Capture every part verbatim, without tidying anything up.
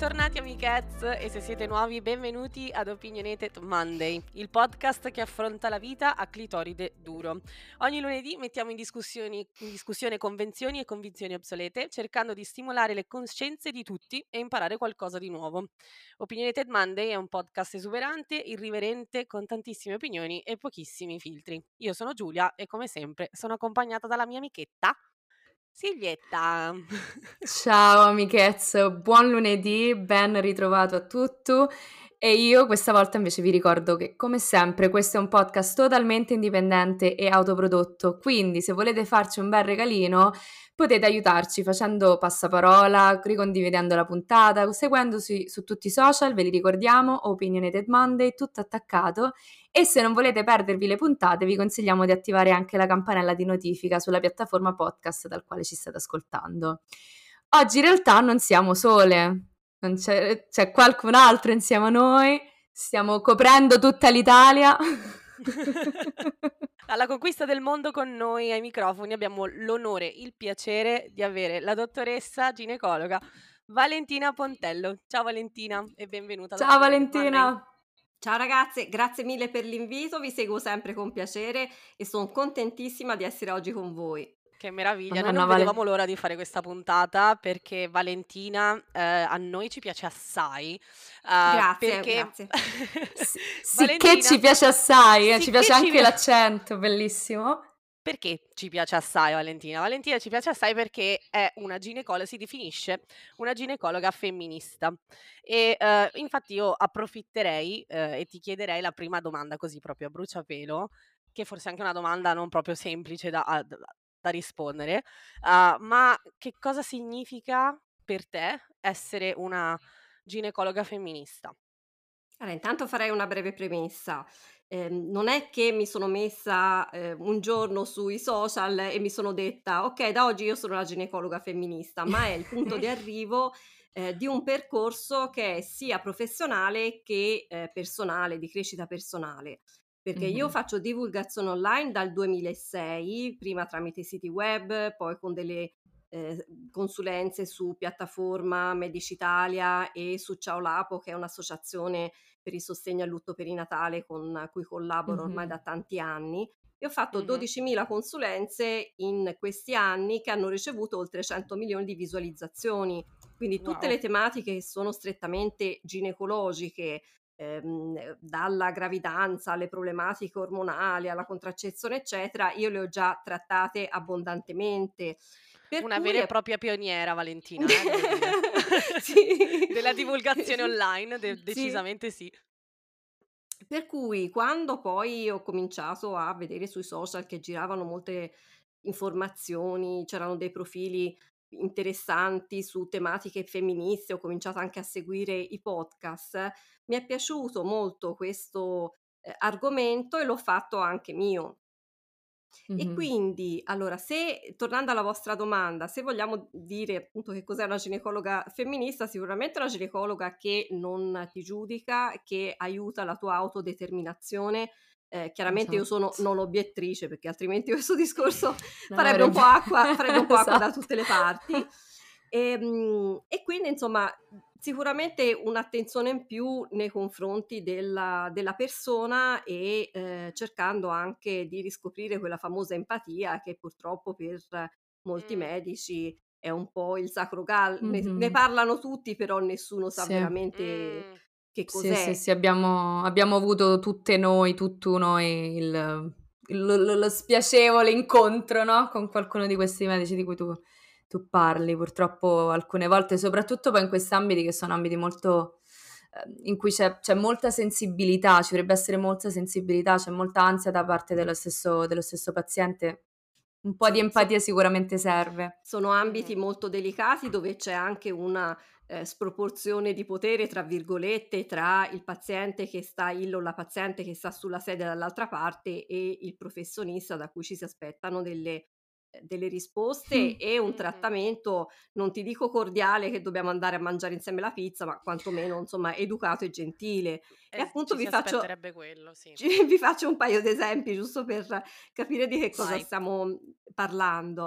Bentornati amichezz e se siete nuovi benvenuti ad Opinionated Monday, il podcast che affronta la vita a clitoride duro. Ogni lunedì mettiamo in, discussioni, in discussione convenzioni e convinzioni obsolete, cercando di stimolare le coscienze di tutti e imparare qualcosa di nuovo. Opinionated Monday è un podcast esuberante, irriverente, con tantissime opinioni e pochissimi filtri. Io sono Giulia e come sempre sono accompagnata dalla mia amichetta Silvietta. Ciao amichezze, buon lunedì, ben ritrovato a tutti. E io questa volta invece vi ricordo che, come sempre, questo è un podcast totalmente indipendente e autoprodotto, quindi se volete farci un bel regalino potete aiutarci facendo passaparola, ricondividendo la puntata, seguendoci su tutti i social, ve li ricordiamo, Opinionated Monday, tutto attaccato. E se non volete perdervi le puntate, vi consigliamo di attivare anche la campanella di notifica sulla piattaforma podcast dal quale ci state ascoltando. Oggi in realtà non siamo sole, non c'è, c'è qualcun altro insieme a noi, stiamo coprendo tutta l'Italia. Alla conquista del mondo con noi ai microfoni abbiamo l'onore, il piacere di avere la dottoressa ginecologa Valentina Pontello. Ciao Valentina e benvenuta. Ciao Valentina! Ciao ragazze, grazie mille per l'invito, vi seguo sempre con piacere e sono contentissima di essere oggi con voi. Che meraviglia, Madonna, noi non Vale- vedevamo l'ora di fare questa puntata perché Valentina eh, a noi ci piace assai. eh, Grazie, perché... grazie. Sì, sì Valentina- che ci piace assai, eh, Sì ci che piace ci anche pi- l'accento, bellissimo. Perché ci piace assai Valentina? Valentina ci piace assai perché è una ginecologa, si definisce una ginecologa femminista e eh, infatti io approfitterei eh, e ti chiederei la prima domanda così proprio a bruciapelo, che forse è anche una domanda non proprio semplice da, a- da rispondere, uh, ma che cosa significa per te essere una ginecologa femminista? Allora, intanto farei una breve premessa. Eh, non è che mi sono messa eh, un giorno sui social e mi sono detta ok, da oggi io sono una ginecologa femminista, ma è il punto di arrivo eh, di un percorso che è sia professionale che eh, personale, di crescita personale. Perché io Mhm. faccio divulgazione online dal duemilasei, prima tramite siti web, poi con delle eh, consulenze su piattaforma Medicitalia e su Ciao Lapo, che è un'associazione per il sostegno al lutto perinatale con cui collaboro ormai Mhm. da tanti anni. E ho fatto Mhm. dodicimila consulenze in questi anni che hanno ricevuto oltre cento milioni di visualizzazioni. Quindi tutte Wow. le tematiche che sono strettamente ginecologiche, ehm, dalla gravidanza alle problematiche ormonali, alla contraccezione, eccetera, io le ho già trattate abbondantemente. Per Una cui vera e è- propria pioniera Valentina, eh, devo dire. Sì. Della divulgazione online, de- Sì. decisamente sì. Per cui quando poi ho cominciato a vedere sui social che giravano molte informazioni, c'erano dei profili interessanti su tematiche femministe, ho cominciato anche a seguire i podcast, mi è piaciuto molto questo eh, argomento e l'ho fatto anche mio. E Mhm. quindi, allora, se tornando alla vostra domanda, se vogliamo dire appunto che cos'è una ginecologa femminista, sicuramente è una ginecologa che non ti giudica, che aiuta la tua autodeterminazione. Eh, chiaramente io sono Esatto. non obiettrice, perché altrimenti questo discorso Non farebbe un avrebbe- po' acqua, farebbe un po' acqua da Esatto. tutte le parti. E, mm, e quindi, insomma, sicuramente un'attenzione in più nei confronti della, della persona e eh, cercando anche di riscoprire quella famosa empatia che purtroppo per molti Mm. medici è un po' il sacro graal. Ne, Mhm. ne parlano tutti, però nessuno sa Sì. veramente Mm. che Sì, cos'è. sì, sì, abbiamo, abbiamo avuto tutte noi, tutto noi, il, il- lo, lo spiacevole incontro, no? Con qualcuno di questi medici di cui tu, tu parli. Purtroppo alcune volte, soprattutto poi in questi ambiti che sono ambiti molto, eh, in cui c'è, c'è molta sensibilità, ci dovrebbe essere molta sensibilità, c'è molta ansia da parte dello stesso, dello stesso paziente. Un po' di Sì, so- empatia sicuramente serve. Sono ambiti Mhm. molto delicati dove c'è anche una eh, sproporzione di potere, tra virgolette, tra il paziente che sta, il o la paziente che sta sulla sedia dall'altra parte e il professionista da cui ci si aspettano delle, eh, delle risposte e un Mhm. trattamento, non ti dico cordiale che dobbiamo andare a mangiare insieme la pizza, ma quantomeno, insomma, educato e gentile. E Eh, appunto ci vi si faccio, aspetterebbe quello, sì. ci- vi faccio un paio di esempi giusto per capire di che cosa Vai. stiamo parlando.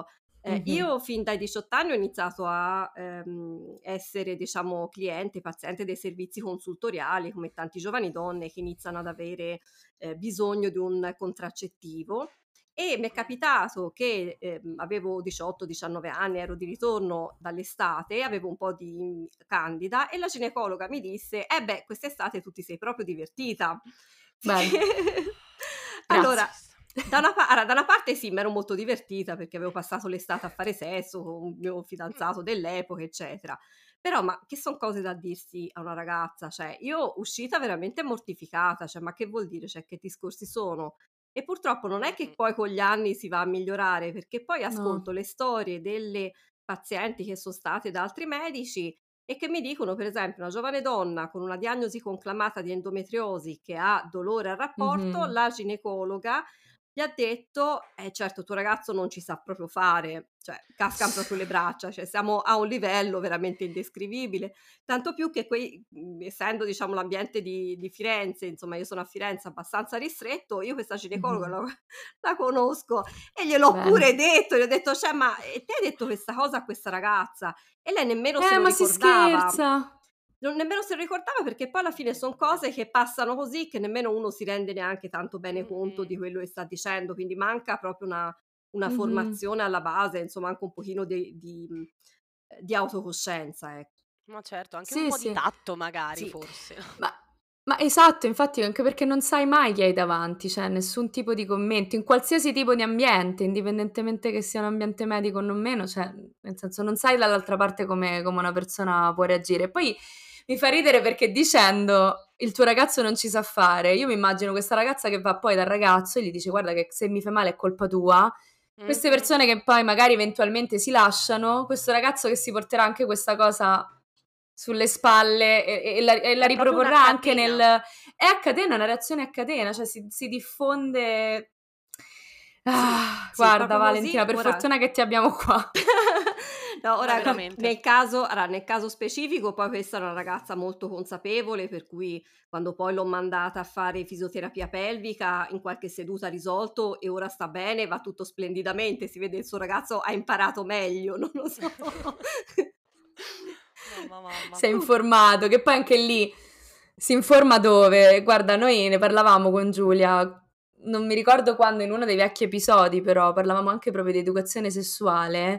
Eh, Mh-mh. io fin dai diciotto anni ho iniziato a ehm, essere, diciamo, cliente, paziente dei servizi consultoriali, come tanti giovani donne che iniziano ad avere eh, bisogno di un contraccettivo. E mi è capitato che ehm, avevo diciotto diciannove anni, ero di ritorno dall'estate, avevo un po' di candida e la ginecologa mi disse: eh beh, quest'estate tu ti sei proprio divertita. Bello. Allora, Grazie. da una, pa- allora, da una parte sì, mi ero molto divertita perché avevo passato l'estate a fare sesso con il mio fidanzato dell'epoca, eccetera. Però, ma che sono cose da dirsi a una ragazza? Cioè, io uscita veramente mortificata, cioè, ma che vuol dire? Cioè, che discorsi sono? E purtroppo non è che Mh-mh. poi con gli anni si va a migliorare, perché poi No. ascolto le storie delle pazienti che sono state da altri medici e che mi dicono, per esempio, una giovane donna con una diagnosi conclamata di endometriosi che ha dolore al rapporto, Mh-mh. la ginecologa gli ha detto: "Eh certo, tuo ragazzo non ci sa proprio fare", cioè cascan proprio le braccia, cioè siamo a un livello veramente indescrivibile. Tanto più che quei mhmm, essendo diciamo l'ambiente di di Firenze, insomma io sono a Firenze abbastanza ristretto, io questa ginecologa Mh-mh. la la conosco e gliel'ho Bene. pure detto, gli ho detto: "Cioè, ma, ehm, te hai detto questa cosa a questa ragazza?" E lei nemmeno se Eh, lo ma si ricordava. scherza! Non nemmeno se lo ricordava perché poi alla fine son cose che passano così, che nemmeno uno si rende neanche tanto bene conto Mh-mh. di quello che sta dicendo, quindi manca proprio una una Mh-mh. formazione alla base, insomma anche un pochino de di mhmm, ehm, di autocoscienza, ecco. Ma certo, anche un Sì, po' di sì. tatto magari Sì. forse. Ma ma esatto, infatti anche perché non sai mai chi hai davanti, cioè nessun tipo di commento, in qualsiasi tipo di ambiente, indipendentemente che sia un ambiente medico o non meno, cioè, nel senso non sai dall'altra parte come come una persona può reagire. E poi mi fa ridere perché dicendo: "Il tuo ragazzo non ci sa fare", io mi immagino questa ragazza che va poi dal ragazzo e gli dice: "Guarda che se mi fai male è colpa tua". Queste Mh-mh. persone che poi magari eventualmente si lasciano, questo ragazzo che si porterà anche questa cosa sulle spalle e e la e la È proprio una riproporrà anche nel catena. è a catena, è una reazione a catena, cioè si si diffonde. Sì, Ah, sì, guarda proprio Valentina, così. per Ora fortuna che ti abbiamo qua. no, Ma ora veramente. nel caso allora nel caso specifico poi questa è una ragazza molto consapevole, per cui quando poi l'ho mandata a fare fisioterapia pelvica, in qualche seduta ha risolto e ora sta bene, va tutto splendidamente, si vede il suo ragazzo ha imparato meglio, non lo so. Mamma, mamma. Sei Com informato, che poi anche lì si informa dove? Guarda, noi ne parlavamo con Giulia, non mi ricordo quando, in uno dei vecchi episodi, però parlavamo anche proprio di educazione sessuale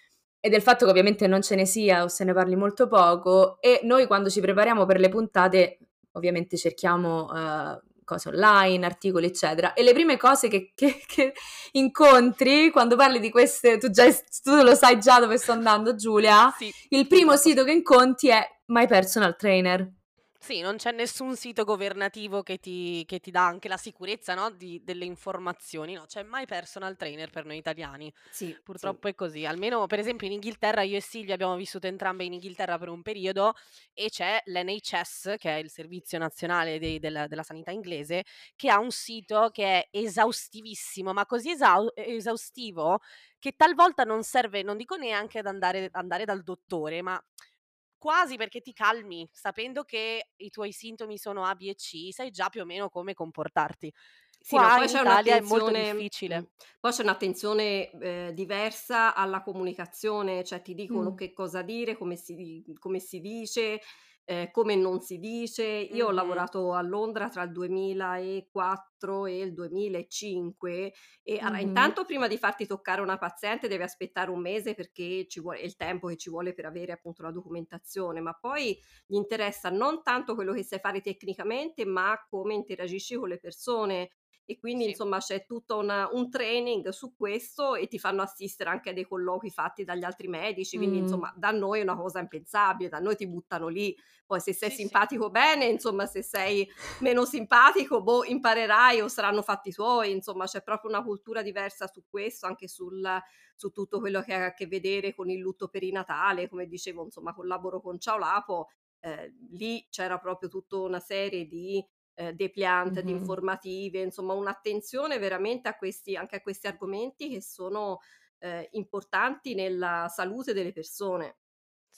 e del fatto che ovviamente non ce ne sia o se ne parli molto poco e noi quando ci prepariamo per le puntate ovviamente cerchiamo eh, cose online, articoli, eccetera. E le prime cose che, che- che incontri quando parli di queste, tu, già, tu lo sai già dove sto andando, Giulia, Sì, il primo purtroppo sito sì. che incontri è My Personal Trainer. Sì, non c'è nessun sito governativo che ti che ti dà anche la sicurezza, no, di delle informazioni, no, c'è My Personal Trainer per noi italiani. sì, sì. Purtroppo è così. Almeno per esempio in Inghilterra io e Silvia abbiamo vissuto entrambe in Inghilterra per un periodo e c'è l'N H S, che è il Servizio Nazionale dei della della Sanità inglese, che ha un sito che è esaustivissimo, ma così esau esaustivo che talvolta non serve, non dico neanche ad andare andare dal dottore, ma quasi, perché ti calmi, sapendo che i tuoi sintomi sono A, B e C, sai già più o meno come comportarti. Sì, no, Qua poi in c'è Italia è molto un'attenzione mh, difficile. poi c'è un'attenzione, ehm, diversa alla comunicazione, cioè ti dicono Mm. che cosa dire, come si di come si dice, ehm, come non si dice. Io ho Mh-mh. lavorato a Londra tra il duemilaquattro e il duemilacinque e allora Mhm. intanto prima di farti toccare una paziente devi aspettare un mese perché ci vuole è il tempo che ci vuole per avere appunto la documentazione, ma poi gli interessa non tanto quello che sai fare tecnicamente, ma come interagisci con le persone e quindi Sì, insomma c'è tutto una un training su questo e ti fanno assistere anche a dei colloqui fatti dagli altri medici, quindi Mm. insomma da noi è una cosa impensabile, da noi ti buttano lì, poi se sei sì, sì. simpatico bene, insomma se sei meno simpatico, boh, imparerai o saranno fatti tuoi, insomma c'è proprio una cultura diversa su questo, anche sul su tutto quello che ha a che vedere con il lutto perinatale, come dicevo insomma collaboro con Ciao Lapo, ehm, lì c'era proprio tutto una serie di ehm, dépliant, di Mhm. informative, insomma un'attenzione veramente a questi anche a questi argomenti che sono, ehm, importanti nella salute delle persone.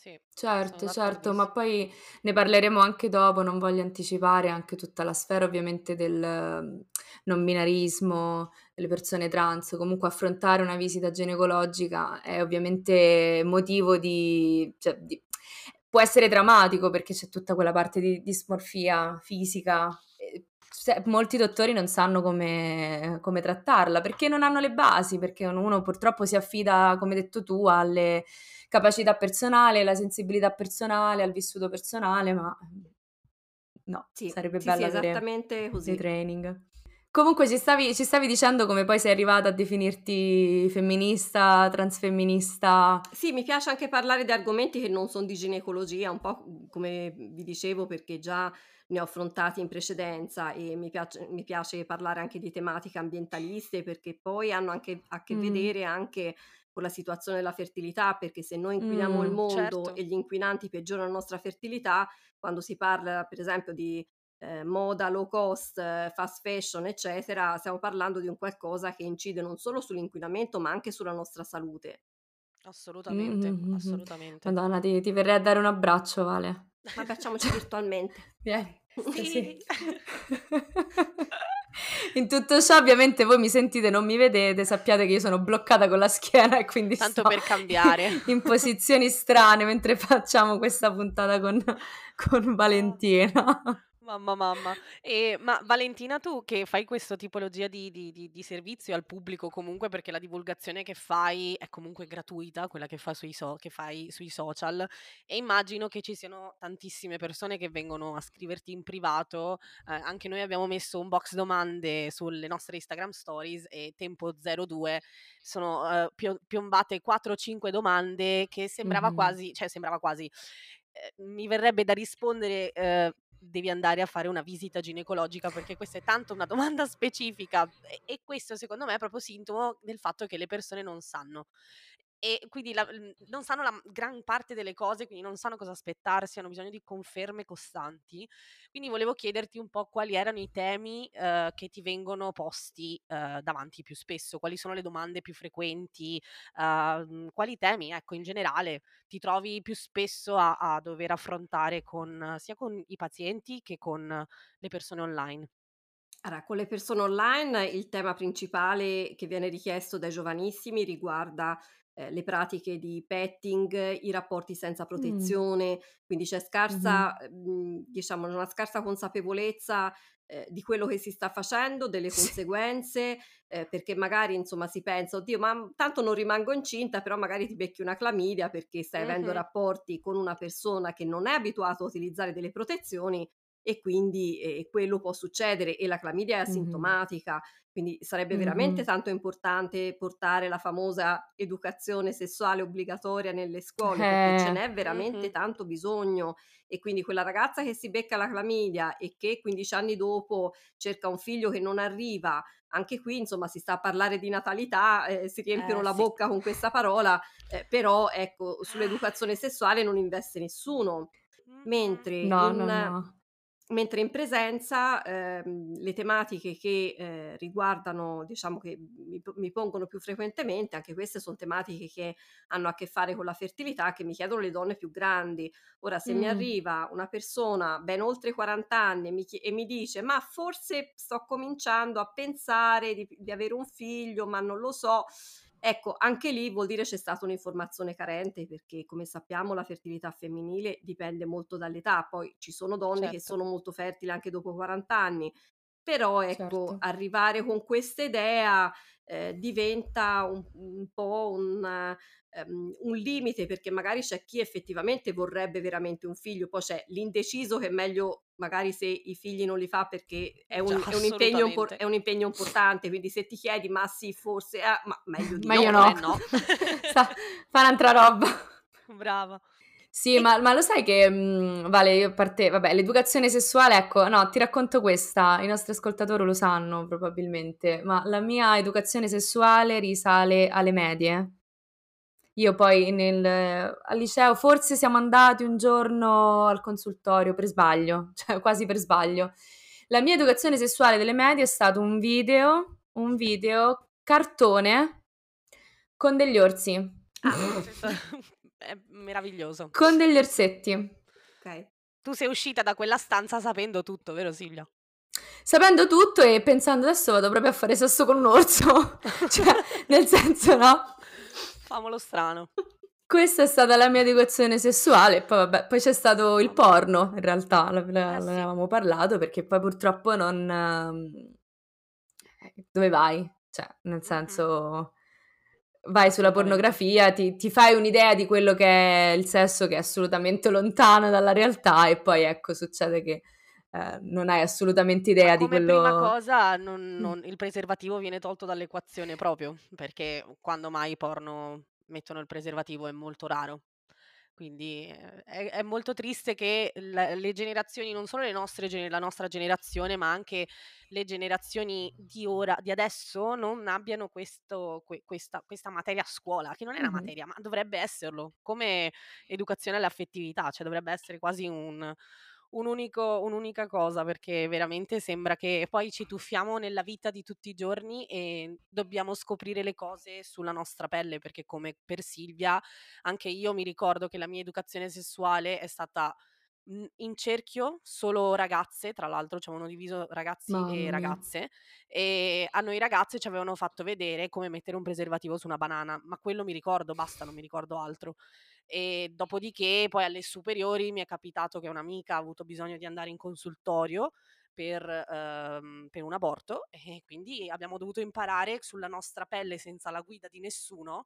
Sì, sono Certo, certo, ma d'accordissimo. poi ne parleremo anche dopo, non voglio anticipare anche tutta la sfera ovviamente del mhmm, non binarismo, delle persone trans, comunque affrontare una visita ginecologica è ovviamente motivo di cioè di può essere drammatico perché c'è tutta quella parte di dismorfia fisica e se molti dottori non sanno come come trattarla, perché non hanno le basi, perché uno purtroppo si affida, come hai detto tu, alle capacità personali, alla sensibilità personale, al vissuto personale, ma no, Sì, sarebbe sì, sì, bello avere esattamente dei così. training. Comunque ci stavi ci stavi dicendo come poi sei arrivata a definirti femminista, transfemminista. Sì, mi piace anche parlare di argomenti che non son di ginecologia, un po' c come vi dicevo perché già ne ho affrontati in precedenza e mi piace mi piace parlare anche di tematiche ambientaliste, perché poi hanno anche a che Mh. vedere anche con la situazione della fertilità, perché se noi inquiniamo il Mh. mondo Certo, e gli inquinanti peggiorano la nostra fertilità, quando si parla per esempio di, ehm, moda low cost, eh, fast fashion, eccetera, stiamo parlando di un qualcosa che incide non solo sull'inquinamento, ma anche sulla nostra salute. Mh, assolutamente, mh, mh, mh. assolutamente. Madonna, ti ti verrei a dare un abbraccio, Vale. Abbracciamoci virtualmente. Vieni. Sì, Sì. sì. In tutto ciò ovviamente voi mi sentite, non mi vedete, sappiate che io sono bloccata con la schiena e quindi Tanto sto per cambiare. in posizioni strane mentre facciamo questa puntata con con Ah. Valentina. Mamma, mamma. E ma Valentina, tu che fai questo tipologia di di di di servizio al pubblico comunque, perché la divulgazione che fai è comunque gratuita, quella che fa sui so che fai sui social, e immagino che ci siano tantissime persone che vengono a scriverti in privato. Ehm, anche noi abbiamo messo un box domande sulle nostre Instagram stories e tempo zero due sono, ehm, pio piombate quattro o cinque domande che sembrava Mh-mh. quasi cioè sembrava quasi, ehm, mi verrebbe da rispondere, ehm devi andare a fare una visita ginecologica, perché questa è tanto una domanda specifica e e questo secondo me è proprio sintomo del fatto che le persone non sanno. E quindi la mhmm, non sanno la gran parte delle cose, quindi non sanno cosa aspettarsi, hanno bisogno di conferme costanti. Quindi volevo chiederti un po' quali erano i temi, ehm, che ti vengono posti, ehm, davanti più spesso, quali sono le domande più frequenti, uhm, quali temi, ecco, in generale ti trovi più spesso a a dover affrontare con sia con i pazienti che con le persone online. Allora, con le persone online il tema principale che viene richiesto dai giovanissimi riguarda, ehm, le pratiche di petting, i rapporti senza Mh. protezione, quindi c'è Mh-mh. scarsa mhmm, diciamo una scarsa consapevolezza, ehm, di quello che si sta facendo, delle Sì. conseguenze, ehm, perché magari insomma si pensa: "Oddio, ma, mhmm, tanto non rimango incinta", però magari ti becchi una clamidia perché stai avendo Mh-mh. rapporti con una persona che non è abituato a utilizzare delle protezioni e quindi, ehm, quello può succedere e la clamidia è Mh-mh. asintomatica, quindi sarebbe veramente Mh-mh. tanto importante portare la famosa educazione sessuale obbligatoria nelle scuole, perché ce Eh. n'è veramente Mh-mh. tanto bisogno e quindi quella ragazza che si becca la clamidia e che quindici anni dopo cerca un figlio che non arriva, anche qui insomma si sta a parlare di natalità, ehm, si riempiono Eh la sì. bocca con questa parola, ehm, però ecco sull'educazione sessuale non investe nessuno. Mh-mh. Mentre No, no, in no. mentre in presenza, ehm, le tematiche che, ehm, riguardano diciamo che mi p mi pongono più frequentemente, anche queste son tematiche che hanno a che fare con la fertilità, che mi chiedono le donne più grandi. Ora se mi Mh. arriva una persona ben oltre i quaranta anni e mi chie e mi dice: "Ma forse sto cominciando a pensare di di avere un figlio, ma non lo so", ecco, anche lì vuol dire c'è stata un'informazione carente, perché come sappiamo la fertilità femminile dipende molto dall'età, poi ci sono donne che Certo. sono molto fertili anche dopo quaranta anni, però ecco, Certo. arrivare con questa idea, ehm, diventa un un po' un ehm, un limite, perché magari c'è chi effettivamente vorrebbe veramente un figlio, poi c'è l'indeciso che è meglio magari se i figli non li fa perché è Già, un è un impegno impor assolutamente. è un impegno importante, quindi se ti chiedi: "Ma sì, forse", ah, ma meglio di Meglio no. Secondo me no. no. Sta fa un'altra roba. Brava. Sì, E ma ma lo sai che, mhmm, Vale, io a parte vabbè, l'educazione sessuale ecco, no, ti racconto questa, i nostri ascoltatori lo sanno probabilmente, ma la mia educazione sessuale risale alle medie. Io poi nel al liceo forse siamo andati un giorno al consultorio per sbaglio, cioè quasi per sbaglio. La mia educazione sessuale delle medie è stato un video un video cartone con degli orsi. ah, Questa È meraviglioso. Con degli orsetti. Ok. Tu sei uscita da quella stanza sapendo tutto, vero Silvia? Sapendo tutto e pensando adesso vado proprio a fare sesso con un orso. Cioè, nel senso, no? Famolo strano. Questa è stata la mia educazione sessuale, poi vabbè, poi c'è stato il Mamma mia. porno, in realtà, la- la- Eh ne sì. avevamo parlato, perché poi purtroppo non... ehm, eh, dove vai? Cioè, nel Mm-mm. senso, vai sulla Assolutamente. pornografia, ti, ti fai un'idea di quello che è il sesso, che è assolutamente lontano dalla realtà, e poi ecco, succede che eh, non hai assolutamente Ma idea di come prima quello... cosa non- non- il preservativo viene tolto dall'equazione proprio, perché quando mai i porno mettono il preservativo è molto raro. Quindi eh, è, è molto triste che la- le generazioni, non solo le nostre, gene- la nostra generazione, ma anche le generazioni di ora, di adesso, non abbiano questo, que- questa, questa materia a scuola, che non è una Mhm. materia, ma dovrebbe esserlo, come educazione all'affettività, cioè dovrebbe essere quasi un, un unico, un'unica cosa, perché veramente sembra che poi ci tuffiamo nella vita di tutti i giorni e dobbiamo scoprire le cose sulla nostra pelle, perché come per Silvia, anche io mi ricordo che la mia educazione sessuale è stata mh, in cerchio solo ragazze, tra l'altro ci avevano diviso ragazzi e Mamma mia. ragazze, e a noi ragazze ci avevano fatto vedere come mettere un preservativo su una banana, ma quello mi ricordo, basta, non mi ricordo altro. E dopodiché poi alle superiori mi è capitato che un'amica ha avuto bisogno di andare in consultorio per, ehm, per un aborto, e quindi abbiamo dovuto imparare sulla nostra pelle, senza la guida di nessuno,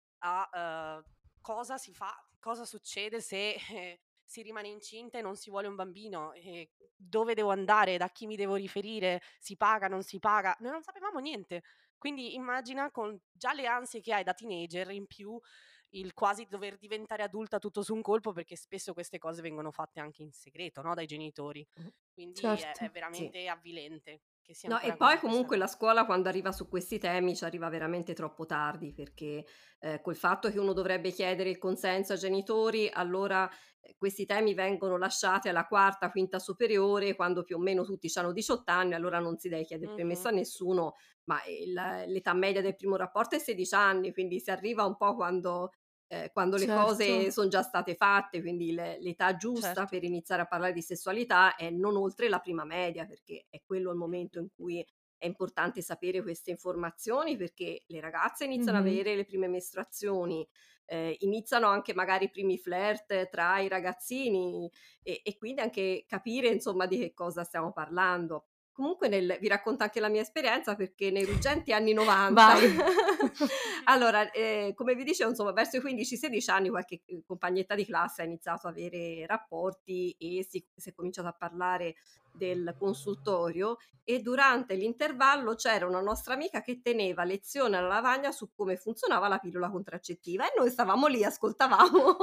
a eh, cosa si fa, cosa succede se eh, si rimane incinta e non si vuole un bambino, e dove devo andare, da chi mi devo riferire, si paga, non si paga. Noi non sapevamo niente. Quindi immagina, con già le ansie che hai da teenager, in più il quasi dover diventare adulta tutto su un colpo, perché spesso queste cose vengono fatte anche in segreto, no, dai genitori. Quindi è, è Certo. Sì. veramente avvilente che sia No, e ancora poi così questa comunque la cosa. scuola quando arriva su questi temi ci arriva veramente troppo tardi, perché eh, col fatto che uno dovrebbe chiedere il consenso ai genitori, allora eh, questi temi vengono lasciati alla quarta, quinta superiore, quando più o meno tutti hanno diciotto anni, allora non si deve chiedere permesso Mhm. a nessuno, ma il- l'età media del primo rapporto è sedici anni, quindi si arriva un po' quando, eh, quando le cose Certo. sono già state fatte, quindi le- l'età giusta Certo. per iniziare a parlare di sessualità è non oltre la prima media, perché è quello il momento in cui è importante sapere queste informazioni, perché le ragazze iniziano ad Mhm. avere le prime mestruazioni, eh, iniziano anche magari i primi flirt tra i ragazzini, e, e quindi anche capire insomma di che cosa stiamo parlando. Comunque nel- vi racconto anche la mia esperienza, perché nei ruggenti anni novanta, Vai. allora, eh, come vi dicevo, insomma, verso i quindici sedici anni qualche eh, compagnetta di classe ha iniziato ad avere rapporti, e si, si è cominciato a parlare del consultorio, e durante l'intervallo c'era una nostra amica che teneva lezione alla lavagna su come funzionava la pillola contraccettiva, e noi stavamo lì, ascoltavamo.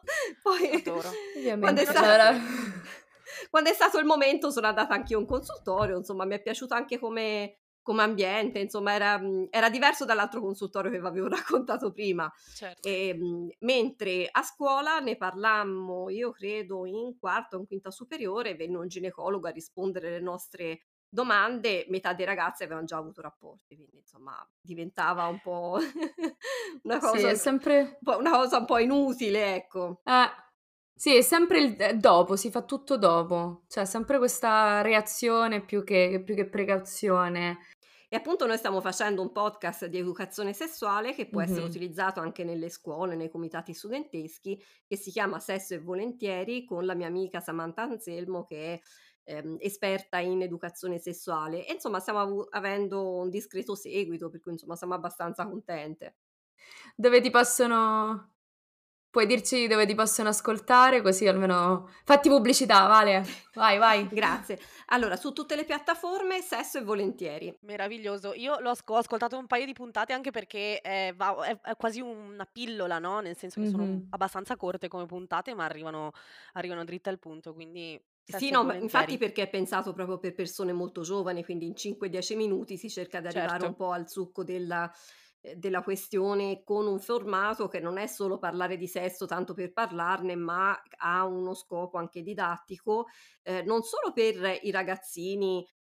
Poi Adoro. quando è, Ovviamente. Bello sta- la- la- sempre. quando è stato il momento sono andata anch'io in consultorio, insomma mi è piaciuto anche come, come ambiente, insomma era, mh, era diverso dall'altro consultorio che vi avevo raccontato prima. Certo. E, mh, mentre a scuola ne parlammo, io credo in quarta o in quinta superiore, venne un ginecologo a rispondere alle nostre domande, metà dei ragazzi avevano già avuto rapporti, quindi insomma diventava un po' una Sì, cosa, è un sempre... po', una cosa un po' inutile, ecco. Eh, sì, è sempre il eh, dopo, si fa tutto dopo. Cioè, sempre questa reazione più che, più che precauzione. E appunto noi stiamo facendo un podcast di educazione sessuale che può essere Mhm. utilizzato anche nelle scuole, nei comitati studenteschi, che si chiama Sesso e Volentieri, con la mia amica Samantha Anselmo, che è ehm, esperta in educazione sessuale. E insomma stiamo avu- avendo un discreto seguito, per cui insomma siamo abbastanza contente. Dove ti possono... Puoi dirci dove ti possono ascoltare, così almeno... Fatti pubblicità, Vale. Vai, vai. Grazie. Allora, su tutte le piattaforme Sesso e Volentieri. Meraviglioso. Io l'ho asco- ho ascoltato un paio di puntate, anche perché è, va- è- è quasi una pillola, no? Nel senso che sono un- Mhm. abbastanza corte come puntate, ma arrivano, arrivano dritte al punto, quindi Sì, sesso e no, ma infatti volentieri. perché è pensato proprio per persone molto giovani, quindi in cinque dieci minuti si cerca di arrivare un Certo. po' al succo della, ehm, della questione, con un formato che non è solo parlare di sesso tanto per parlarne, ma ha uno scopo anche didattico, ehm, non solo per i ragazzini,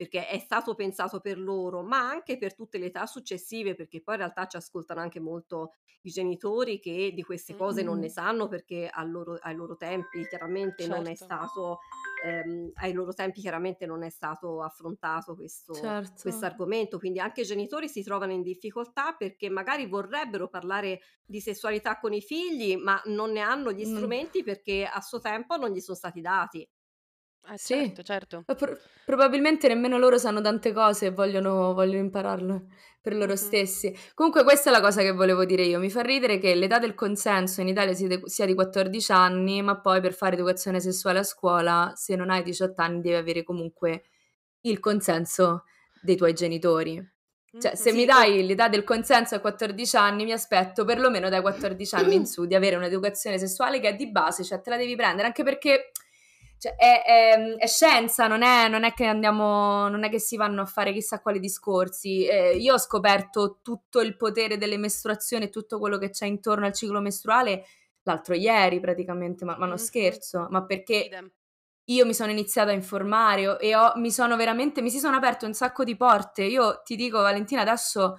perché è stato pensato per loro, ma anche per tutte le età successive, perché poi in realtà ci ascoltano anche molto i genitori che di queste cose non ne Mh-mh. sanno, perché al loro ai loro tempi chiaramente non è Certo. stato ehm, ai loro tempi chiaramente non è stato affrontato questo Certo. quest'argomento, quindi anche i genitori si trovano in difficoltà perché magari vorrebbero parlare di sessualità con i figli, ma non ne hanno gli Mh. strumenti perché a suo tempo non gli son stati dati. Eh certo, Sì, certo. ma pro probabilmente nemmeno loro sanno tante cose e vogliono vogliono impararlo per loro Mh-mh. stessi. Comunque questa è la cosa che volevo dire io. Mi fa ridere che l'età del consenso in Italia sia de sia di quattordici anni, ma poi per fare educazione sessuale a scuola, se non hai diciotto anni devi avere comunque il consenso dei tuoi genitori. Cioè, se Mh-mh. mi Sì, o dai l'età del consenso a quattordici anni, mi aspetto perlomeno dai quattordici anni in su di avere un'educazione sessuale che è di base, cioè te la devi prendere, anche perché cioè, è, è- è scienza, non è, non è che andiamo, non è che si vanno a fare chissà quali discorsi. Eh, io ho scoperto tutto il potere delle mestruazioni e tutto quello che c'è intorno al ciclo mestruale l'altro ieri praticamente, ma, ma non Mh-mh. scherzo, ma perché Idem. io mi sono iniziata a informare o- e ho, mi sono veramente, mi si sono aperte un sacco di porte. Io ti dico, Valentina, adesso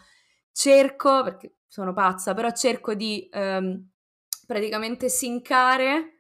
cerco, perché sono pazza, però cerco di ehm, praticamente sincare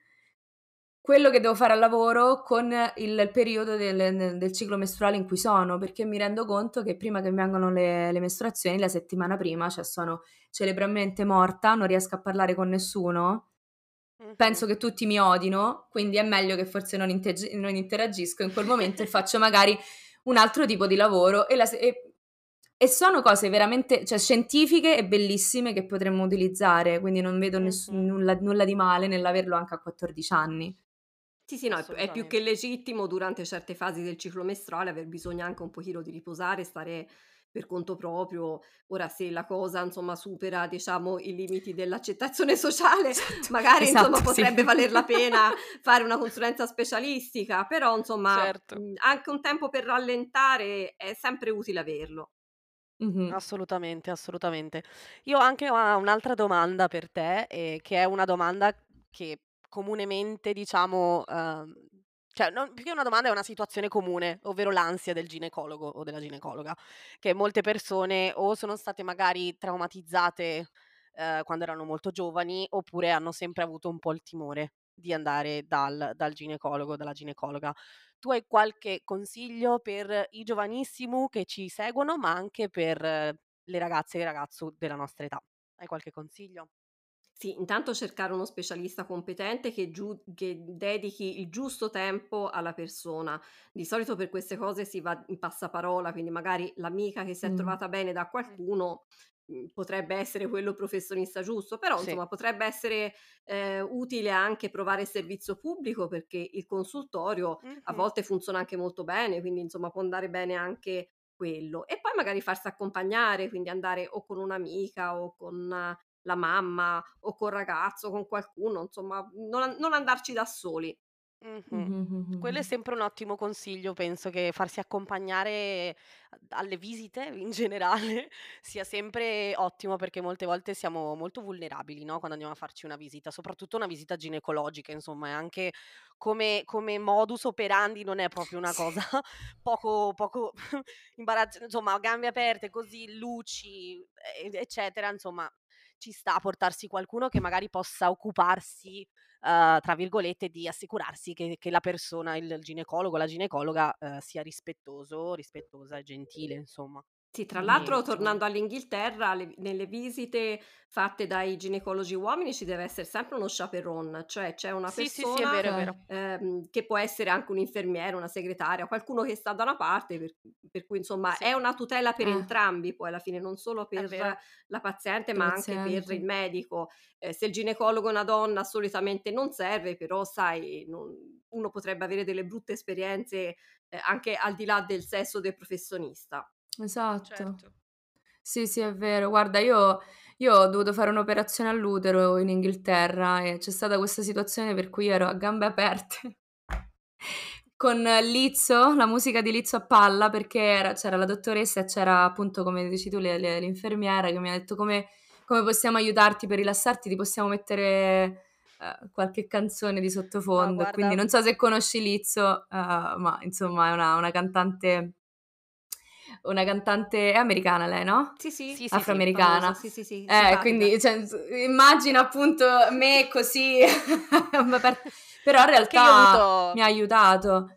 quello che devo fare al lavoro con il periodo del, del ciclo mestruale in cui sono, perché mi rendo conto che prima che mi vengano le, le mestruazioni, la settimana prima, cioè sono cerebralmente morta, non riesco a parlare con nessuno, Mh-mh. penso che tutti mi odino, quindi è meglio che forse non, integ- non interagisco in quel momento e faccio magari un altro tipo di lavoro e, la se- e- e sono cose veramente, cioè, scientifiche e bellissime che potremmo utilizzare, quindi non vedo ness- Mh-mh. nulla, nulla di male nell'averlo anche a quattordici anni. Sì, sì, no, è p è più che Assolutamente. legittimo durante certe fasi del ciclo mestruale aver bisogno anche un pochino di riposare, stare per conto proprio. Ora se la cosa, insomma, supera, diciamo, i limiti dell'accettazione sociale, Esatto, magari, insomma, esatto, sì. potrebbe valer la pena fare una consulenza specialistica, però, insomma, Certo. mhmm, anche un tempo per rallentare è sempre utile averlo. Mh-mh. Assolutamente, assolutamente. Io ho anche a un'altra domanda per te, ehm, che è una domanda che comunemente diciamo, uhm, cioè non più che una domanda è una situazione comune, ovvero l'ansia del ginecologo o della ginecologa, che molte persone o sono state magari traumatizzate, ehm, quando erano molto giovani, oppure hanno sempre avuto un po' il timore di andare dal dal ginecologo o dalla ginecologa. Tu hai qualche consiglio per i giovanissimo che ci seguono, ma anche per eh, le ragazze e i ragazzo della nostra età? Hai qualche consiglio? Sì, intanto cercare uno specialista competente che, giu- che dedichi il giusto tempo alla persona. Di solito per queste cose si va in passaparola, quindi magari l'amica che si è Mh. trovata bene da Mh. qualcuno mh, potrebbe essere quello professionista giusto, però Sì. insomma potrebbe essere eh, utile anche provare il servizio pubblico perché il consultorio a Mh-mh. volte funziona anche molto bene, quindi insomma può andare bene anche quello. E poi magari farsi accompagnare, quindi andare o con un'amica o con la mamma o col ragazzo, con qualcuno, insomma, non an non andarci da soli. Mh-mh. Mh-mh, Quello è mh-mh. sempre un ottimo consiglio, penso che farsi accompagnare a alle visite in generale sia sempre ottimo, perché molte volte siamo molto vulnerabili, no, quando andiamo a farci una visita, soprattutto una visita ginecologica, insomma, e anche come come modus operandi non è proprio una Sì. cosa poco poco imbarazz insomma, a gambe aperte così, luci, e eccetera, insomma, ci sta a portarsi qualcuno che magari possa occuparsi uhm, tra virgolette, di assicurarsi che che la persona, il il ginecologo, la ginecologa, uhm, sia rispettoso, rispettosa e gentile, insomma. Sì, tra Mh-mh. E l'altro secondo tornando all'Inghilterra, le nelle visite fatte dai ginecologi uomini ci deve essere sempre uno chaperone, cioè c'è una sì, sì, sì, è persona, vero, è Okay. vero. ehm, che può essere anche un infermiere, una segretaria, qualcuno che sta da una parte per per cui insomma Sì, è una tutela per Eh, entrambi poi alla fine, non solo è per vero. la paziente, per ma il anche per il paziente. medico. Ehm, se il ginecologo è una donna solitamente non serve, però sai, non uno potrebbe avere delle brutte esperienze, ehm, anche al di là del sesso del professionista. Esatto. Certo. Sì, sì, è vero. Guarda, io io ho dovuto fare un'operazione all'utero in Inghilterra e c'è stata questa situazione per cui ero a gambe aperte con Lizzo, la musica di Lizzo a palla, perché era c'era la dottoressa e c'era appunto, come dici tu, le le l'infermiera che mi ha detto: "Come come possiamo aiutarti per rilassarti? Ti possiamo mettere, ehm, qualche canzone di No, sottofondo". E quindi guarda non so se conosci Lizzo, ehm, ma insomma è una una cantante una cantante, è americana lei, no? Sì, sì, Sì, sì, sì. Afroamericana. famosa, sì, sì, sì, Eh, simpatica. quindi cioè, s- immagino appunto me così, ma per- però in Anche io ho realtà avuto... mi ha aiutato.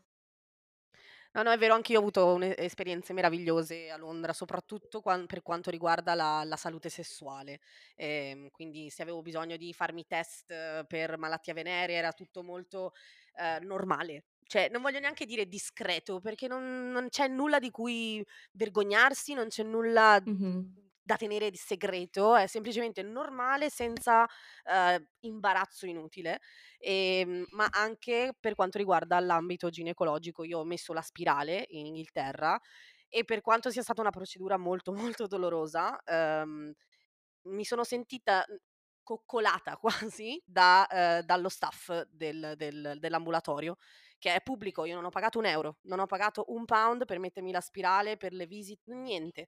No, no, è vero, anche io ho avuto une- esperienze meravigliose a Londra, soprattutto quan- per quanto riguarda la, la salute sessuale. Ehm, quindi se avevo bisogno di farmi test eh, per malattia venerea era tutto molto eh, normale. Cioè, non voglio neanche dire discreto, perché non, non c'è nulla di cui vergognarsi, non c'è nulla Mhm. da tenere di segreto, è semplicemente normale senza eh, imbarazzo inutile. Ehm, ma anche per quanto riguarda l'ambito ginecologico. Io ho messo la spirale in Inghilterra e per quanto sia stata una procedura molto molto dolorosa, ehm, mi sono sentita mhmm, coccolata quasi da, ehm, dallo staff del del dell'ambulatorio, che è pubblico. Io non ho pagato un euro, non ho pagato un pound per mettermi la spirale, per le visit niente.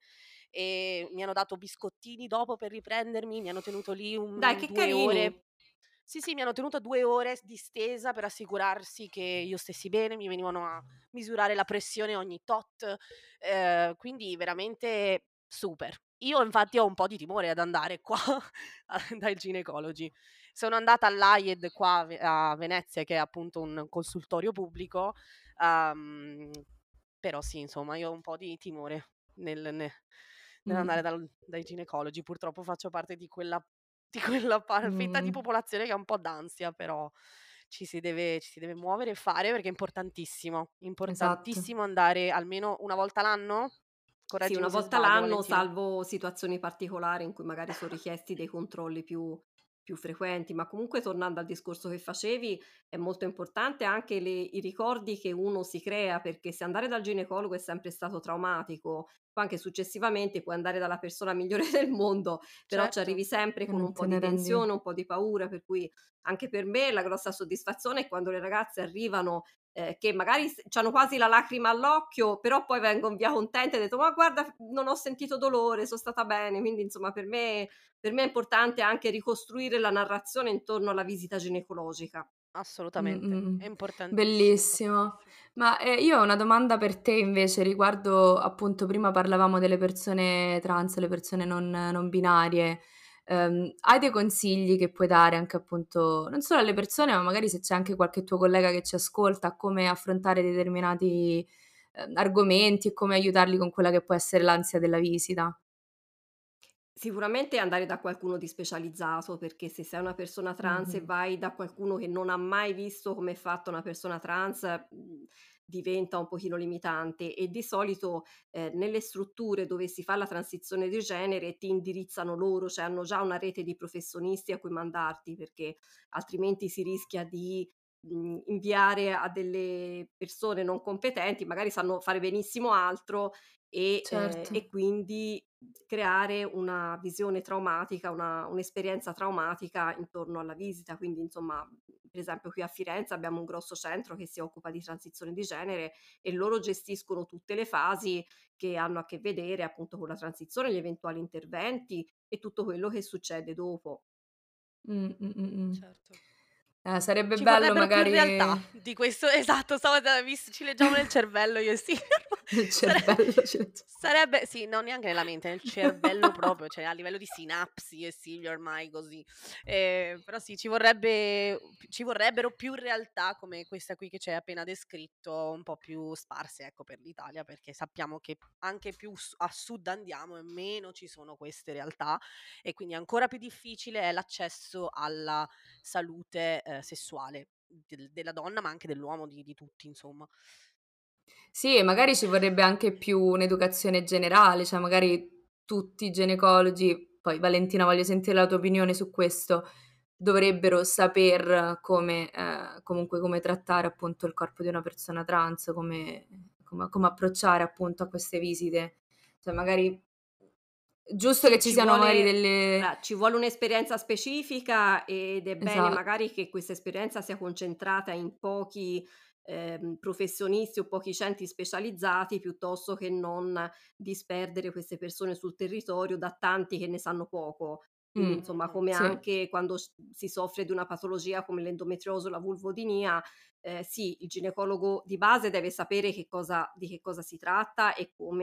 E mi hanno dato biscottini dopo per riprendermi, mi hanno tenuto lì Dai, un che due carini! ore. Sì, sì, mi hanno tenuto due ore s distesa per assicurarsi che io stessi bene, mi venivano a misurare la pressione ogni tot, ehm, quindi veramente super. Io infatti ho un po' di timore ad andare qua a dai ginecologi. Sono andata all'A I E D qua a Ve a Venezia, che è appunto un consultorio pubblico, uhm, però sì, insomma, io ho un po' di timore nel ne nell'andare Mm, dal dai ginecologi. Purtroppo faccio parte di quella di quella pa fetta di mm, popolazione che ha un po' d'ansia, però ci si deve ci si deve muovere e fare perché è importantissimo, esatto. importantissimo andare almeno una volta l'anno? Sì, una Correggimi se volta sbaglio, l'anno, Valentina. salvo situazioni particolari in cui magari son richiesti dei controlli più più frequenti, ma comunque tornando al discorso che facevi, è molto importante anche le i ricordi che uno si crea, perché se andare dal ginecologo è sempre stato traumatico, poi anche successivamente puoi andare dalla persona migliore del mondo, però ci Certo, arrivi sempre E con non un te po' ne di rendi. tensione, un po' di paura, per cui anche per me la grossa soddisfazione è quando le ragazze arrivano ehm, che magari s c'hanno quasi la lacrima all'occhio, però poi vengon via contente e detto: "Ma guarda, f non ho sentito dolore, so' stata bene". Quindi insomma per me per me è importante anche ricostruire la narrazione intorno alla visita ginecologica. Mm, assolutamente. mm, mm. È importantissimo, Bellissimo. importantissimo. Ma eh, io ho una domanda per te invece riguardo, appunto, prima parlavamo delle persone trans, le persone non, non binarie. Ehm, hai dei consigli che puoi dare anche appunto, non solo alle persone, ma magari se c'è anche qualche tuo collega che ci ascolta, come affrontare determinati eh, argomenti e come aiutarli con quella che può essere l'ansia della visita? Sicuramente andare da qualcuno di specializzato, perché se sei una persona trans e Mhm. vai da qualcuno che non ha mai visto come è fatta una persona trans, mhmm, diventa un pochino limitante e di solito, ehm, nelle strutture dove si fa la transizione di genere ti indirizzano loro, cioè hanno già una rete di professionisti a cui mandarti, perché altrimenti si rischia di, mhmm, inviare a delle persone non competenti, magari sanno fare benissimo altro e ehm, Certo. e quindi creare una visione traumatica, una un'esperienza traumatica intorno alla visita. Quindi insomma, per esempio qui a Firenze abbiamo un grosso centro che si occupa di transizione di genere e loro gestiscono tutte le fasi che hanno a che vedere appunto con la transizione, gli eventuali interventi e tutto quello che succede dopo. Mm, mm, mm, mm. Certo. Eh, sarebbe Ci bello vorrebbero più realtà magari di questo, esatto, stavo da vis ci leggiamo nel cervello io e Silvia. nel Sare cervello ce l'ho già. sarebbe sì, no, neanche nella mente, nel cervello proprio, cioè a livello di sinapsi e Silvia ormai così. Ehm, però sì, ci vorrebbe ci vorrebbero più realtà come questa qui che ci hai appena descritto, un po' più sparse, ecco, per l'Italia, perché sappiamo che anche più s a sud andiamo e meno ci sono queste realtà e quindi ancora più difficile è l'accesso alla salute, ehm, sessuale del della donna, ma anche dell'uomo, di di tutti insomma. Sì, e magari ci vorrebbe anche più un'educazione generale, cioè magari tutti i ginecologi, poi Valentina voglio sentire la tua opinione su questo, dovrebbero saper come, eh, comunque come trattare appunto il corpo di una persona trans, come, come- come approcciare appunto a queste visite. Cioè magari giusto che Sì, ci ci siano magari vuole delle... allora, ci vuole un'esperienza specifica ed è bene Esatto. magari che questa esperienza sia concentrata in pochi, ehm, professionisti o pochi centri specializzati, piuttosto che non disperdere queste persone sul territorio da tanti che ne sanno poco. Quindi Mm, insomma, Mh-mh. come sì. anche quando s si soffre di una patologia come l'endometriosi o la vulvodynia, ehm, sì, il ginecologo di base deve sapere che cosa di che cosa si tratta e come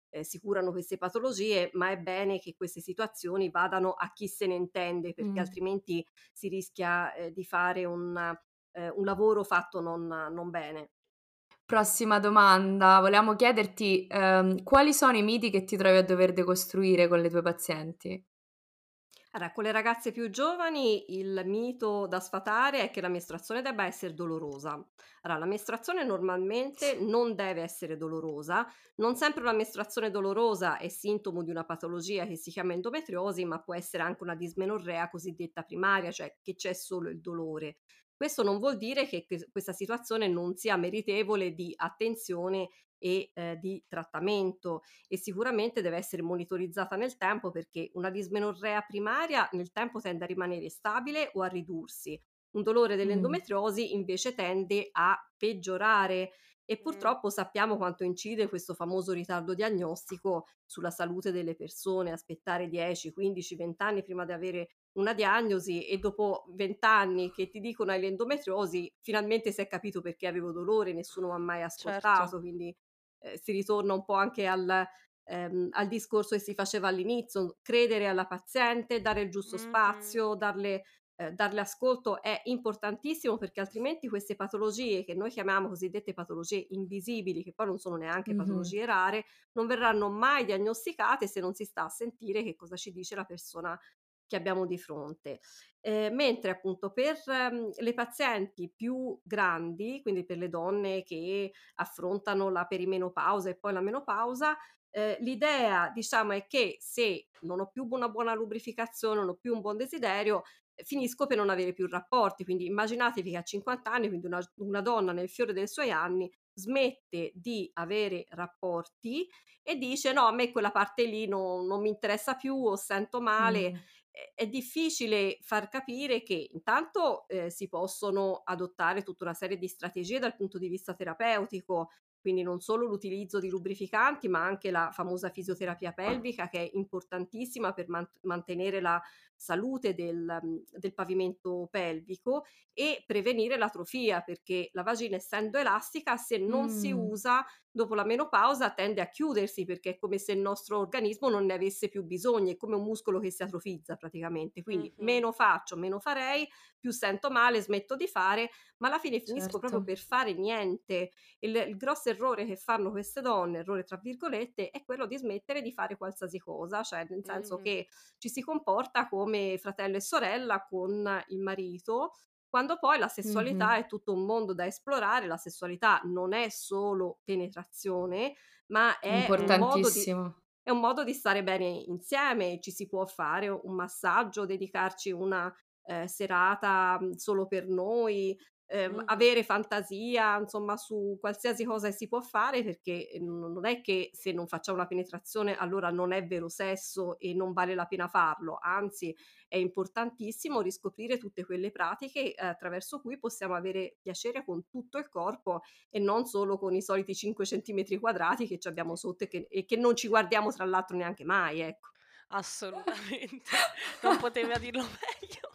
eh, si curano queste patologie, ma è bene che queste situazioni vadano a chi se ne intende, perché Mh. altrimenti si rischia eh, di fare un, eh, un lavoro fatto non, non bene. Prossima domanda, volevamo chiederti, ehm, quali sono i miti che ti trovi a dover decostruire con le tue pazienti? Allora, con le ragazze più giovani il mito da sfatare è che la mestruazione debba essere dolorosa. Allora, la mestruazione normalmente non deve essere dolorosa, non sempre una mestruazione dolorosa è sintomo di una patologia che si chiama endometriosi, ma può essere anche una dismenorrea cosiddetta primaria, cioè che c'è solo il dolore. Questo non vuol dire che que- questa situazione non sia meritevole di attenzione e eh, di trattamento, e sicuramente deve essere monitorizzata nel tempo, perché una dismenorrea primaria nel tempo tende a rimanere stabile o a ridursi. Un dolore Mh. dell'endometriosi invece tende a peggiorare, e Mh, purtroppo sappiamo quanto incide questo famoso ritardo diagnostico sulla salute delle persone. Aspettare dieci, quindici, venti anni prima di avere una diagnosi, e dopo venti anni che ti dicono hai l'endometriosi, finalmente si è capito perché avevo dolore, nessuno mi ha mai certo. ascoltato, quindi eh, si ritorna un po' anche al, ehm, al discorso che si faceva all'inizio: credere alla paziente, dare il giusto Mh-mh. spazio, darle, eh, darle ascolto è importantissimo, perché altrimenti queste patologie che noi chiamiamo cosiddette patologie invisibili, che poi non sono neanche Mh-mh. patologie rare, non verranno mai diagnosticate se non si sta a sentire che cosa ci dice la persona che abbiamo di fronte. Ehm, mentre appunto per, mhmm, le pazienti più grandi, quindi per le donne che affrontano la perimenopausa e poi la menopausa, ehm, l'idea diciamo è che se non ho più una buona lubrificazione, non ho più un buon desiderio, eh, finisco per non avere più rapporti. Quindi immaginatevi che a cinquanta anni, quindi una una donna nel fiore dei suoi anni, smette di avere rapporti e dice: "No, a me quella parte lì no non mi interessa più, o sento male". Mh. È è difficile far capire che intanto, ehm, si possono adottare tutta una serie di strategie dal punto di vista terapeutico, quindi non solo l'utilizzo di lubrificanti, ma anche la famosa fisioterapia pelvica, che è importantissima per mant mantenere la salute del mhmm, del pavimento pelvico e prevenire l'atrofia, perché la vagina, essendo elastica, se non si Mh. usa dopo la menopausa tende a chiudersi, perché è come se il nostro organismo non ne avesse più bisogno, è come un muscolo che si atrofizza praticamente. Quindi Mh-mh. meno faccio, meno farei, più sento male, smetto di fare, ma alla fine finisco Certo. proprio per fare niente. Il, il grosso errore che fanno queste donne, errore tra virgolette, è quello di smettere di fare qualsiasi cosa, cioè nel senso Mh-mh. che ci si comporta come fratello e sorella con il marito, quando poi la Mh-mh. sessualità è tutto un mondo da esplorare. La sessualità non è solo penetrazione, ma è un modo di Importantissimo. è un modo di stare bene insieme. Ci si può fare un massaggio, dedicarci una, ehm, serata, mhmm, solo per noi, ehm, Mh-mh. avere fantasia, insomma, su qualsiasi cosa che si può fare, perché, ehm, non non è che se non facciamo la penetrazione allora non è vero sesso e non vale la pena farlo. Anzi, è importantissimo riscoprire tutte quelle pratiche, ehm, attraverso cui possiamo avere piacere con tutto il corpo e non solo con i soliti cinque centimetri quadrati che c'abbiamo sotto, e che e che non ci guardiamo tra l'altro neanche mai, ecco. Assolutamente. Non poteva dirlo meglio.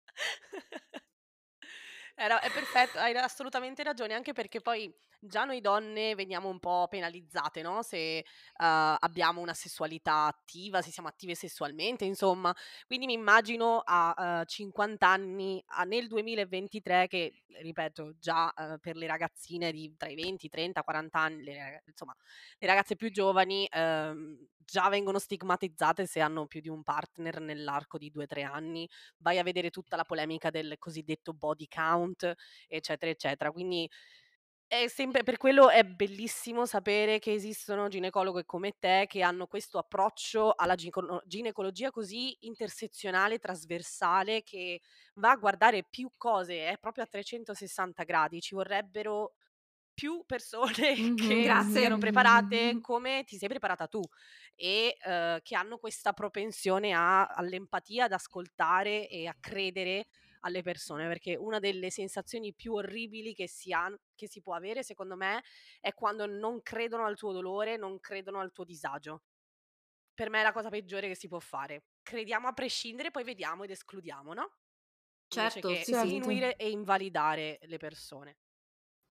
Era è perfetto, hai ra assolutamente ragione, anche perché poi già noi donne veniamo un po' penalizzate, no, se, uhm, abbiamo una sessualità attiva, se siamo attive sessualmente, insomma. Quindi mi immagino a, uhm, cinquanta anni, a nel duemilaventitré che, ripeto, già, uhm, per le ragazzine di tra i venti, trenta, quaranta anni, le raga insomma, le ragazze più giovani, uhm, già vengono stigmatizzate se hanno più di un partner nell'arco di due, tre anni. Vai a vedere tutta la polemica del cosiddetto body count, eccetera, eccetera. Quindi è sempre per quello è bellissimo sapere che esistono ginecologhe come te che hanno questo approccio alla gincono ginecologia così intersezionale, trasversale, che va a guardare più cose, è proprio a trecentosessanta gradi. Ci vorrebbero più persone Mh-mh, che mh-mh, Grazie. siano preparate mh-mh. come ti sei preparata tu e, uhm, che hanno questa propensione a all'empatia, ad ascoltare e a credere alle persone, perché una delle sensazioni più orribili che si han che si può avere, secondo me, è quando non credono al tuo dolore, non credono al tuo disagio. Per me è la cosa peggiore che si può fare. Crediamo a prescindere, poi vediamo ed escludiamo, no, invece Certo, che sì, sì. Certo. sminuire e invalidare le persone.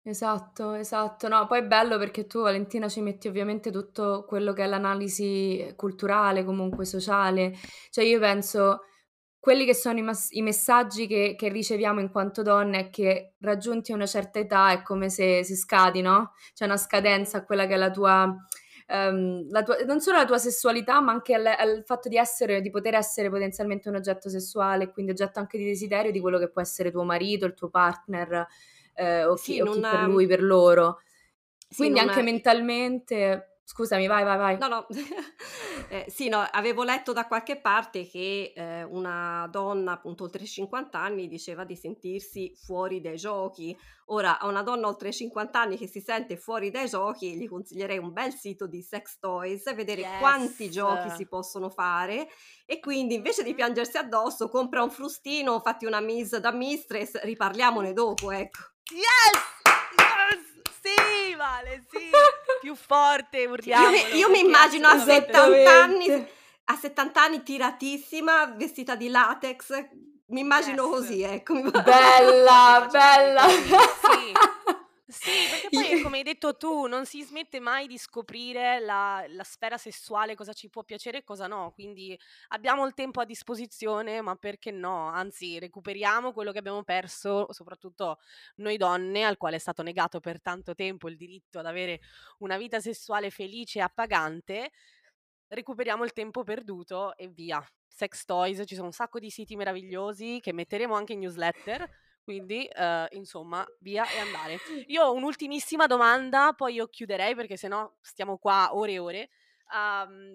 Esatto, esatto. No, poi è bello perché tu, Valentina, ci metti ovviamente tutto quello che è l'analisi culturale, comunque sociale. Cioè io penso, quelli che sono i, mas- i messaggi che, che riceviamo in quanto donne è che raggiunti una certa età è come se si scadi, no? C'è una scadenza a quella che è la tua, ehm, la tua- non solo la tua sessualità, ma anche al, al fatto di essere, di poter essere potenzialmente un oggetto sessuale, quindi oggetto anche di desiderio di quello che può essere tuo marito, il tuo partner, eh, o chi, Sì, o non chi per lui, per loro. sì, Quindi non anche mentalmente, scusami, vai, vai, vai. no, no, eh, sì, no, avevo letto da qualche parte che eh, una donna appunto oltre i cinquanta anni diceva di sentirsi fuori dai giochi. Ora, a una donna oltre i cinquanta anni che si sente fuori dai giochi, gli consiglierei un bel sito di sex toys e vedere quanti Yes. giochi si possono fare e quindi invece di Mhm. piangersi addosso, compra un frustino, fatti una miss da mistress, riparliamone dopo, ecco. Yes! Yes! Sì, Vale, sì! Più forte, Io urliamolo, mi, io mi perché immagino a assolutamente settanta anni, Esattamente. a settanta anni tiratissima, vestita di latex, mi immagino Yes. così, ecco. mi- Io ti Bella, immaginarei bella. così, sì. Sì, perché poi, Io- come hai detto tu, non si smette mai di scoprire la, la sfera sessuale, cosa ci può piacere e cosa no. Quindi abbiamo il tempo a disposizione, ma perché no? Anzi, recuperiamo quello che abbiamo perso, soprattutto noi donne, al quale è stato negato per tanto tempo il diritto ad avere una vita sessuale felice e appagante. Recuperiamo il tempo perduto e via. Sex toys, ci sono un sacco di siti meravigliosi che metteremo anche in newsletter. Quindi, eh, insomma, via e andare. Io ho un'ultimissima domanda, poi io chiuderei perché sennò stiamo qua ore e ore. Um,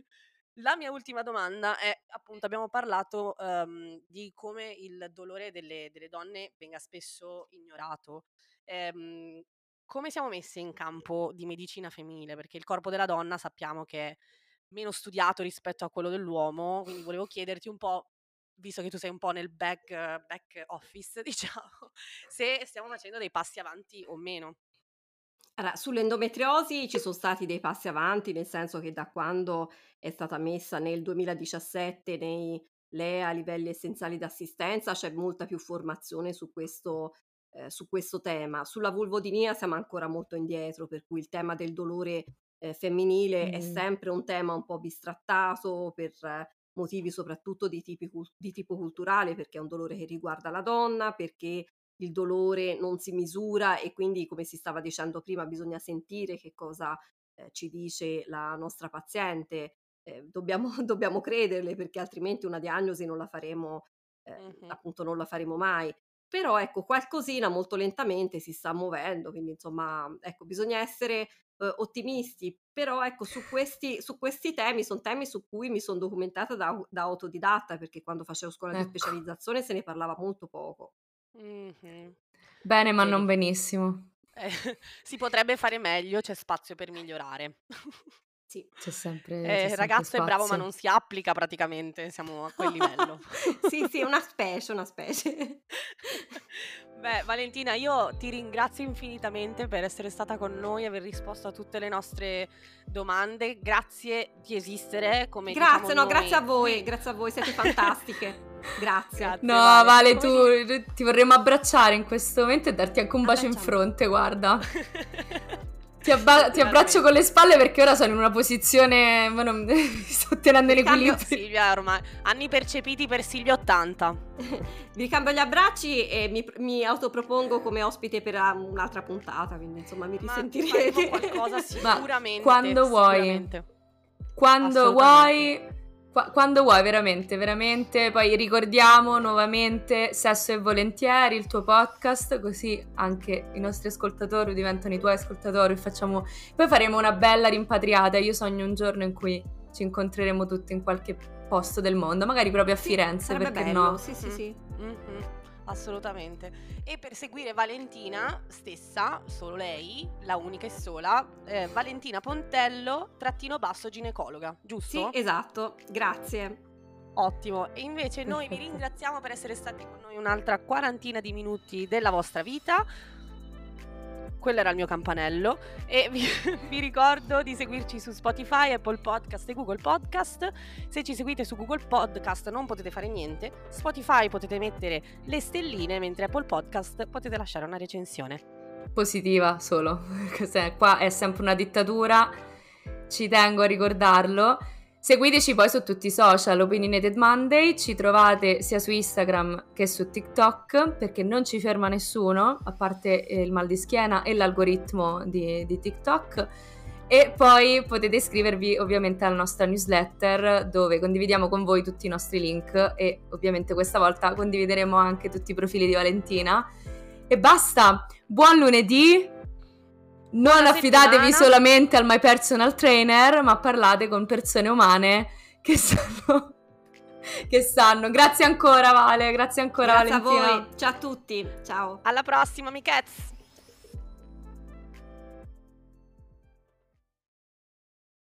la mia ultima domanda è, appunto, abbiamo parlato um, di come il dolore delle, delle donne venga spesso ignorato. Ehm, come siamo messe in campo di medicina femminile? Perché il corpo della donna sappiamo che è meno studiato rispetto a quello dell'uomo, quindi volevo chiederti un po', visto che tu sei un po' nel back, eh, back office, diciamo, se stiamo facendo dei passi avanti o meno. Allora, sull'endometriosi ci sono stati dei passi avanti, nel senso che da quando è stata messa nel duemiladiciassette nei L E A, livelli essenziali d'assistenza, c'è molta più formazione su questo, eh, su questo tema. Sulla vulvodinia siamo ancora molto indietro, per cui il tema del dolore eh, femminile è Mm. sempre un tema un po' bistrattato per eh, motivi soprattutto di, tipi cul- di tipo culturale, perché è un dolore che riguarda la donna, perché il dolore non si misura e quindi, come si stava dicendo prima, bisogna sentire che cosa eh, ci dice la nostra paziente, eh, dobbiamo, dobbiamo crederle perché altrimenti una diagnosi non la faremo, eh, Mhm. appunto non la faremo mai. Però ecco, qualcosina molto lentamente si sta muovendo, quindi insomma, ecco, bisogna essere eh, ottimisti, però ecco, su questi, su questi temi, sono temi su cui mi sono documentata da, da autodidatta, perché quando facevo scuola di Ecco, specializzazione se ne parlava molto poco. Mhm. bene ma non Vedi, benissimo. eh, si potrebbe fare meglio, c'è spazio per migliorare. Sì. C'è sempre, c'è Eh, sempre ragazzo è bravo ma spazio. non si applica praticamente, siamo a quel livello. Sì, sì, una specie, una specie. Beh, Valentina, io ti ringrazio infinitamente per essere stata con noi, aver risposto a tutte le nostre domande. Grazie di esistere, come diciamo Grazie, no, noi grazie a voi, qui. grazie a voi, siete fantastiche. Grazie. Grazie, No, Vale. Vale, Come tu di- ti vorremmo abbracciare in questo momento e darti anche un bacio in Abbracciamo. fronte, guarda. Ti, abba- ti abbraccio Naturalmente. con le spalle perché ora sono in una posizione, ma non mi sto tenendo in Vi ricambio- equilibrio. Silvia, ormai anni percepiti per Silvia ottanta. Vi ricambio gli abbracci e mi, mi autopropongo come ospite per uh, un'altra puntata, quindi insomma mi Ma risentirete. faremo qualcosa Ma sicuramente. quando vuoi. Sicuramente. Quando Assolutamente. vuoi, qua- quando vuoi, veramente, veramente. Poi ricordiamo nuovamente Sesso e Volentieri, il tuo podcast, così anche i nostri ascoltatori diventano i tuoi ascoltatori e facciamo... Poi faremo una bella rimpatriata. Io sogno un giorno in cui ci incontreremo tutti in qualche posto del mondo, magari proprio a Sì, Firenze, sarebbe perché bello, no? sì, sì, Mm, sì. mhm, assolutamente. E per seguire Valentina stessa, solo lei, la unica e sola, eh, Valentina Pontello, trattino basso ginecologa, Sì, giusto? esatto, grazie. Ottimo. E invece noi vi Perfetto. ringraziamo per essere stati con noi un'altra quarantina di minuti della vostra vita. Quello era il mio campanello e vi, vi ricordo di seguirci su Spotify, Apple Podcast e Google Podcast. Se ci seguite su Google Podcast non potete fare niente, Spotify potete mettere le stelline, mentre Apple Podcast potete lasciare una recensione. positiva solo. Qua è sempre una dittatura, ci tengo a ricordarlo. Seguiteci poi su tutti i social, Opinionated Monday, ci trovate sia su Instagram che su TikTok, perché non ci ferma nessuno, a parte il mal di schiena e l'algoritmo di, di TikTok. E poi potete iscrivervi ovviamente alla nostra newsletter, dove condividiamo con voi tutti i nostri link, e ovviamente questa volta condivideremo anche tutti i profili di Valentina. E basta, buon lunedì! Non Buona affidatevi settimana. solamente al my personal trainer, ma parlate con persone umane che sanno, che sanno. Grazie ancora Vale, grazie ancora Grazie Valentina. a voi, ciao a tutti, ciao. Alla prossima, amichezze!